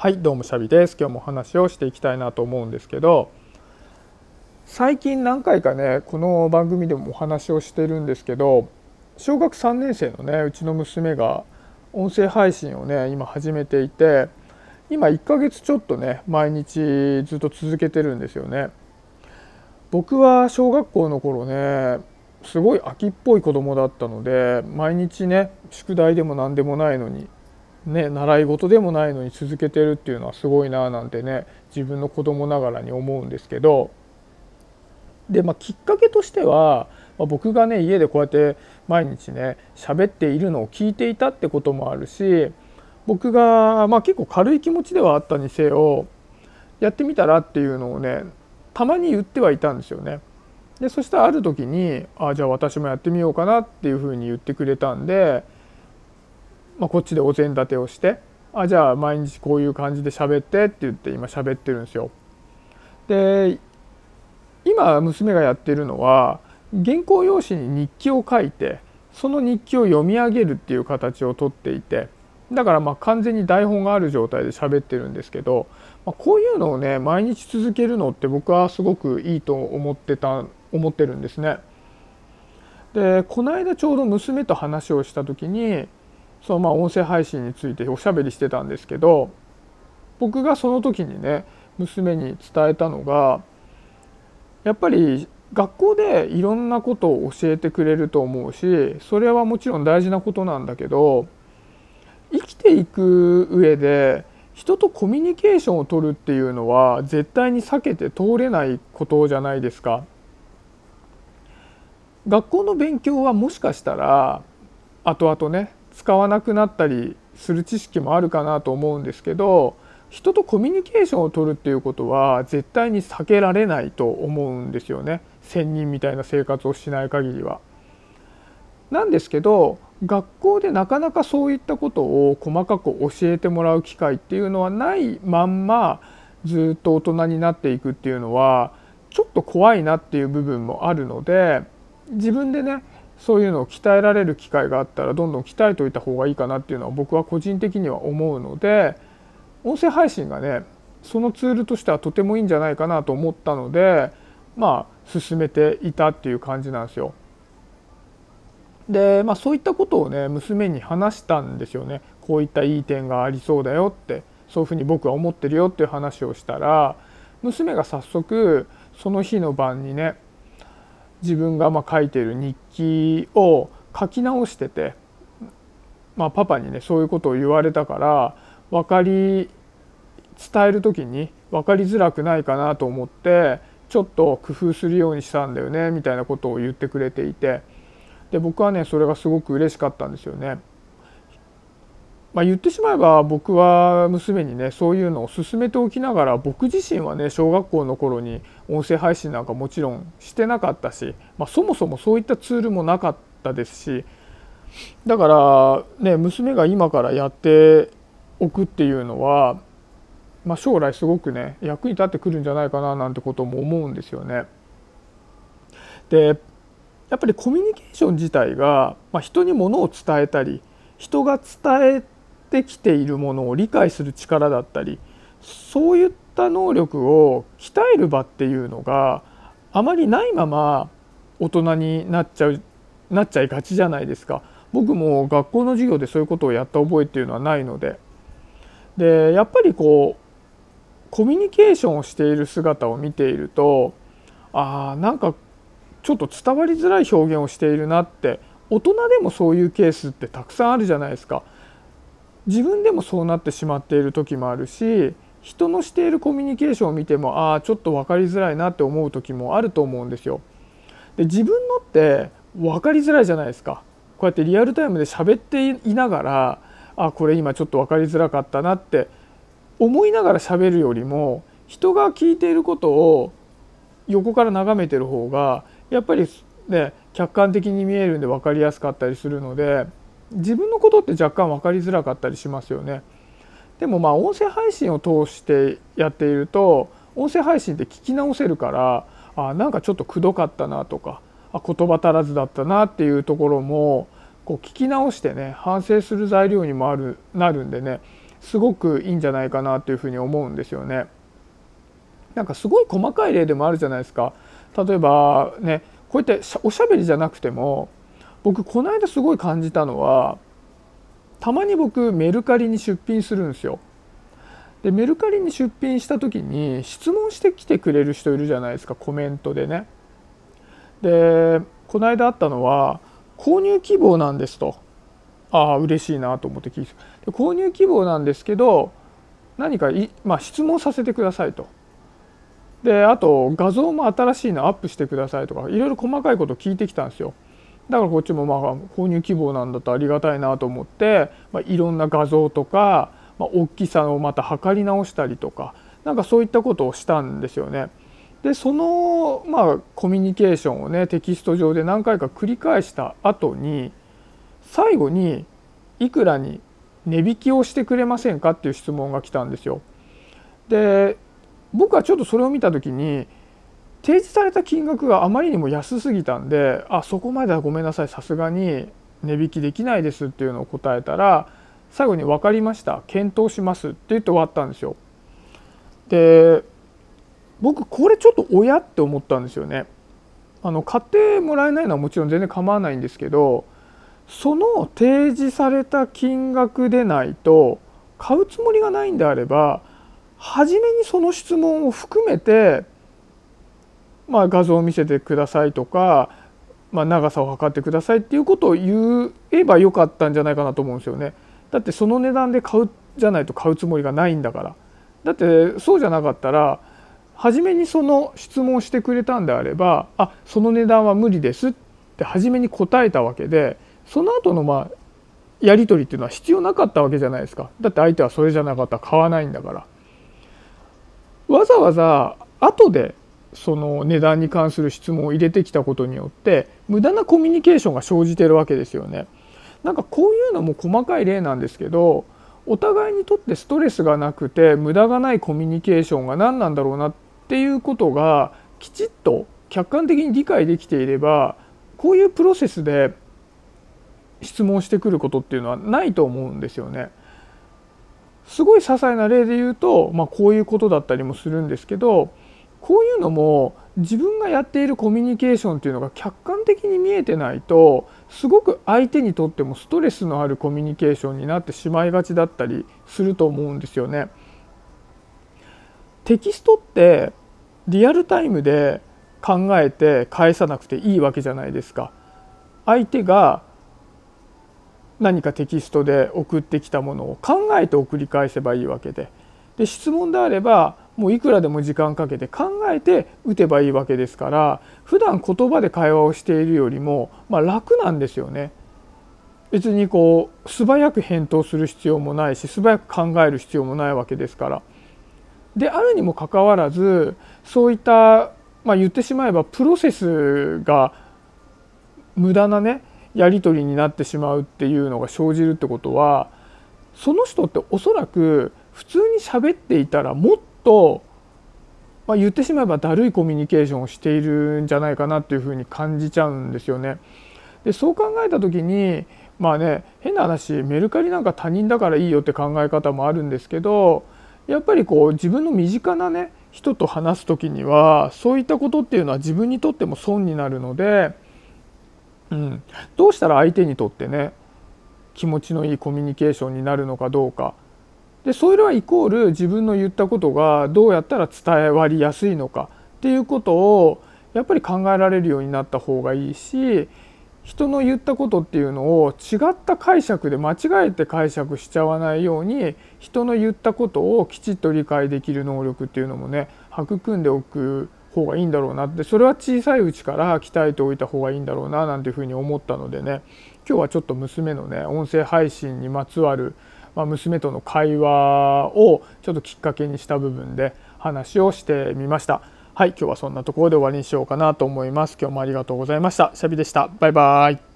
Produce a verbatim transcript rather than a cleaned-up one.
はい、どうもシャビです。今日もお話をしていきたいなと思うんですけど、最近何回かねこの番組でもお話をしてるんですけど、小学さんねん生のねうちの娘が音声配信をね今始めていて、今いっかげつちょっとね毎日ずっと続けてるんですよね。僕は小学校の頃ねすごい飽きっぽい子供だったので、毎日ね宿題でも何でもないのにね、習い事でもないのに続けてるっていうのはすごいななんてね自分の子供ながらに思うんですけど、で、まあ、きっかけとしては、まあ、僕がね家でこうやって毎日ね喋っているのを聞いていたってこともあるし、僕が、まあ、結構軽い気持ちではあったにせよやってみたらっていうのをねたまに言ってはいたんですよね。でそしたらある時にあじゃあ私もやってみようかなっていうふうに言ってくれたんで、まあ、こっちでお膳立てをして、あじゃあ毎日こういう感じで喋ってって言って今喋ってるんですよ。で今娘がやってるのは原稿用紙に日記を書いて、その日記を読み上げるっていう形をとっていて、だからまあ完全に台本がある状態で喋ってるんですけど、まあ、こういうのをね毎日続けるのって僕はすごくいいと思ってた思ってるんですね。でこの間ちょうど娘と話をした時にそのまあ音声配信についておしゃべりしてたんですけど、僕がその時にね娘に伝えたのが、やっぱり学校でいろんなことを教えてくれると思うし、それはもちろん大事なことなんだけど、生きていく上で人とコミュニケーションを取るっていうのは絶対に避けて通れないことじゃないですか。学校の勉強はもしかしたら後々ね使わなくなったりする知識もあるかなと思うんですけど、人とコミュニケーションを取るっていうことは絶対に避けられないと思うんですよね。仙人みたいな生活をしない限りは。なんですけど学校でなかなかそういったことを細かく教えてもらう機会っていうのはないまんまずっと大人になっていくっていうのはちょっと怖いなっていう部分もあるので、自分でねそういうのを鍛えられる機会があったらどんどん鍛えておいた方がいいかなっていうのは僕は個人的には思うので、音声配信がねそのツールとしてはとてもいいんじゃないかなと思ったので、まあ進めていたっていう感じなんですよ。で、まあ、そういったことをね娘に話したんですよね。こういったいい点がありそうだよって、そういうふうに僕は思ってるよっていう話をしたら、娘が早速その日の晩にね自分がまあ書いている日記を書き直してて、まあ、パパにねそういうことを言われたから分かり伝える時に分かりづらくないかなと思ってちょっと工夫するようにしたんだよねみたいなことを言ってくれていて、で僕はねそれがすごく嬉しかったんですよね。まあ、言ってしまえば僕は娘にねそういうのを勧めておきながら、僕自身はね小学校の頃に音声配信なんかもちろんしてなかったし、まあ、そもそもそういったツールもなかったですし、だからね娘が今からやっておくっていうのは、まあ、将来すごくね役に立ってくるんじゃないかななんてことも思うんですよね。でやっぱりコミュニケーション自体が、まあ、人にものを伝えたり、人が伝えてきているものを理解する力だったり、そういった能力を鍛える場っていうのがあまりないまま大人になっちゃうなっちゃいがちじゃないですか。僕も学校の授業でそういうことをやった覚えっていうのはないので、でやっぱりこうコミュニケーションをしている姿を見ていると、ああなんかちょっと伝わりづらい表現をしているなって、大人でもそういうケースってたくさんあるじゃないですか。自分でもそうなってしまっている時もあるし、人のしているコミュニケーションを見てもああちょっと分かりづらいなって思う時もあると思うんですよ。で自分のって分かりづらいじゃないですか。こうやってリアルタイムで喋っていながら、あこれ今ちょっと分かりづらかったなって思いながら喋るよりも、人が聞いていることを横から眺めてる方がやっぱりね客観的に見えるんで分かりやすかったりするので、自分のことって若干分かりづらかったりしますよね。でもまあ音声配信を通してやっていると、音声配信って聞き直せるから、あなんかちょっとくどかったなとか、あ言葉足らずだったなっていうところもこう聞き直してね反省する材料にもあるなるんでね、 すごくいいんじゃないかなというふうに思うんですよね。なんかすごい細かい例でもあるじゃないですか。例えばね、こうやっておしゃべりじゃなくても、僕この間すごい感じたのは、たまに僕メルカリに出品するんですよ。でメルカリに出品した時に質問してきてくれる人いるじゃないですか、コメントでね。でこの間あったのは、購入希望なんですと。ああ嬉しいなと思って聞いて、で購入希望なんですけど何かい、まあ、質問させてくださいと。であと画像も新しいのアップしてくださいとか、いろいろ細かいこと聞いてきたんですよ。だからこっちもまあ購入希望なんだとありがたいなと思って、まあ、いろんな画像とか、まあ、大きさをまた測り直したりとか、なんかそういったことをしたんですよね。でそのまあコミュニケーションをねテキスト上で何回か繰り返した後に、最後にいくらに値引きをしてくれませんかっていう質問が来たんですよ。で僕はちょっとそれを見た時に、提示された金額があまりにも安すぎたんで、あそこまではごめんなさい、さすがに値引きできないですっていうのを答えたら、最後に分かりました、検討しますって言って終わったんですよ。で僕これちょっと親って思ったんですよね。あの買ってもらえないのはもちろん全然構わないんですけど、その提示された金額でないと買うつもりがないんであれば、初めにその質問を含めて、まあ、画像を見せてくださいとか、まあ、長さを測ってくださいっていうことを言えばよかったんじゃないかなと思うんですよね。だってその値段で買うじゃないと買うつもりがないんだから。だってそうじゃなかったら、初めにその質問をしてくれたんであれば、あその値段は無理ですって初めに答えたわけで、その後のまあやり取りっていうのは必要なかったわけじゃないですか。だって相手はそれじゃなかったら買わないんだから。わざわざ後でその値段に関する質問を入れてきたことによって無駄なコミュニケーションが生じてるわけですよね。なんかこういうのも細かい例なんですけど、お互いにとってストレスがなくて無駄がないコミュニケーションが何なんだろうなっていうことがきちっと客観的に理解できていれば、こういうプロセスで質問してくることっていうのはないと思うんですよね。すごい些細な例で言うと、まあ、こういうことだったりもするんですけど、こういうのも自分がやっているコミュニケーションっていうのが客観的に見えてないと、すごく相手にとってもストレスのあるコミュニケーションになってしまいがちだったりすると思うんですよね。テキストってリアルタイムで考えて返さなくていいわけじゃないですか。相手が何かテキストで送ってきたものを考えて送り返せばいいわけで、で質問であればもういくらでも時間かけて考えて打てばいいわけですから、普段言葉で会話をしているよりも、まあ、楽なんですよね。別にこう素早く返答する必要もないし、素早く考える必要もないわけですから。であるにもかかわらず、そういった、まあ、言ってしまえばプロセスが無駄なねやり取りになってしまうっていうのが生じるってことは、その人っておそらく普通に喋っていたらもっと、まあ、言ってしまえばだるいコミュニケーションをしているんじゃないかなっていうふうに感じちゃうんですよね。でそう考えた時に、まあね変な話、メルカリなんか他人だからいいよって考え方もあるんですけど、やっぱりこう自分の身近なね人と話す時にはそういったことっていうのは自分にとっても損になるので、うん、どうしたら相手にとってね気持ちのいいコミュニケーションになるのかどうかで、それはイコール自分の言ったことがどうやったら伝えわりやすいのかっていうことをやっぱり考えられるようになった方がいいし、人の言ったことっていうのを違った解釈で間違えて解釈しちゃわないように、人の言ったことをきちっと理解できる能力っていうのもね育んでおく方がいいんだろうなって、それは小さいうちから鍛えておいた方がいいんだろうななんていうふうに思ったのでね、今日はちょっと娘のね音声配信にまつわる、まあ、娘との会話をちょっときっかけにした部分で話をしてみました。はい、今日はそんなところで終わりにしようかなと思います。今日もありがとうございました。シャビでした。バイバイ。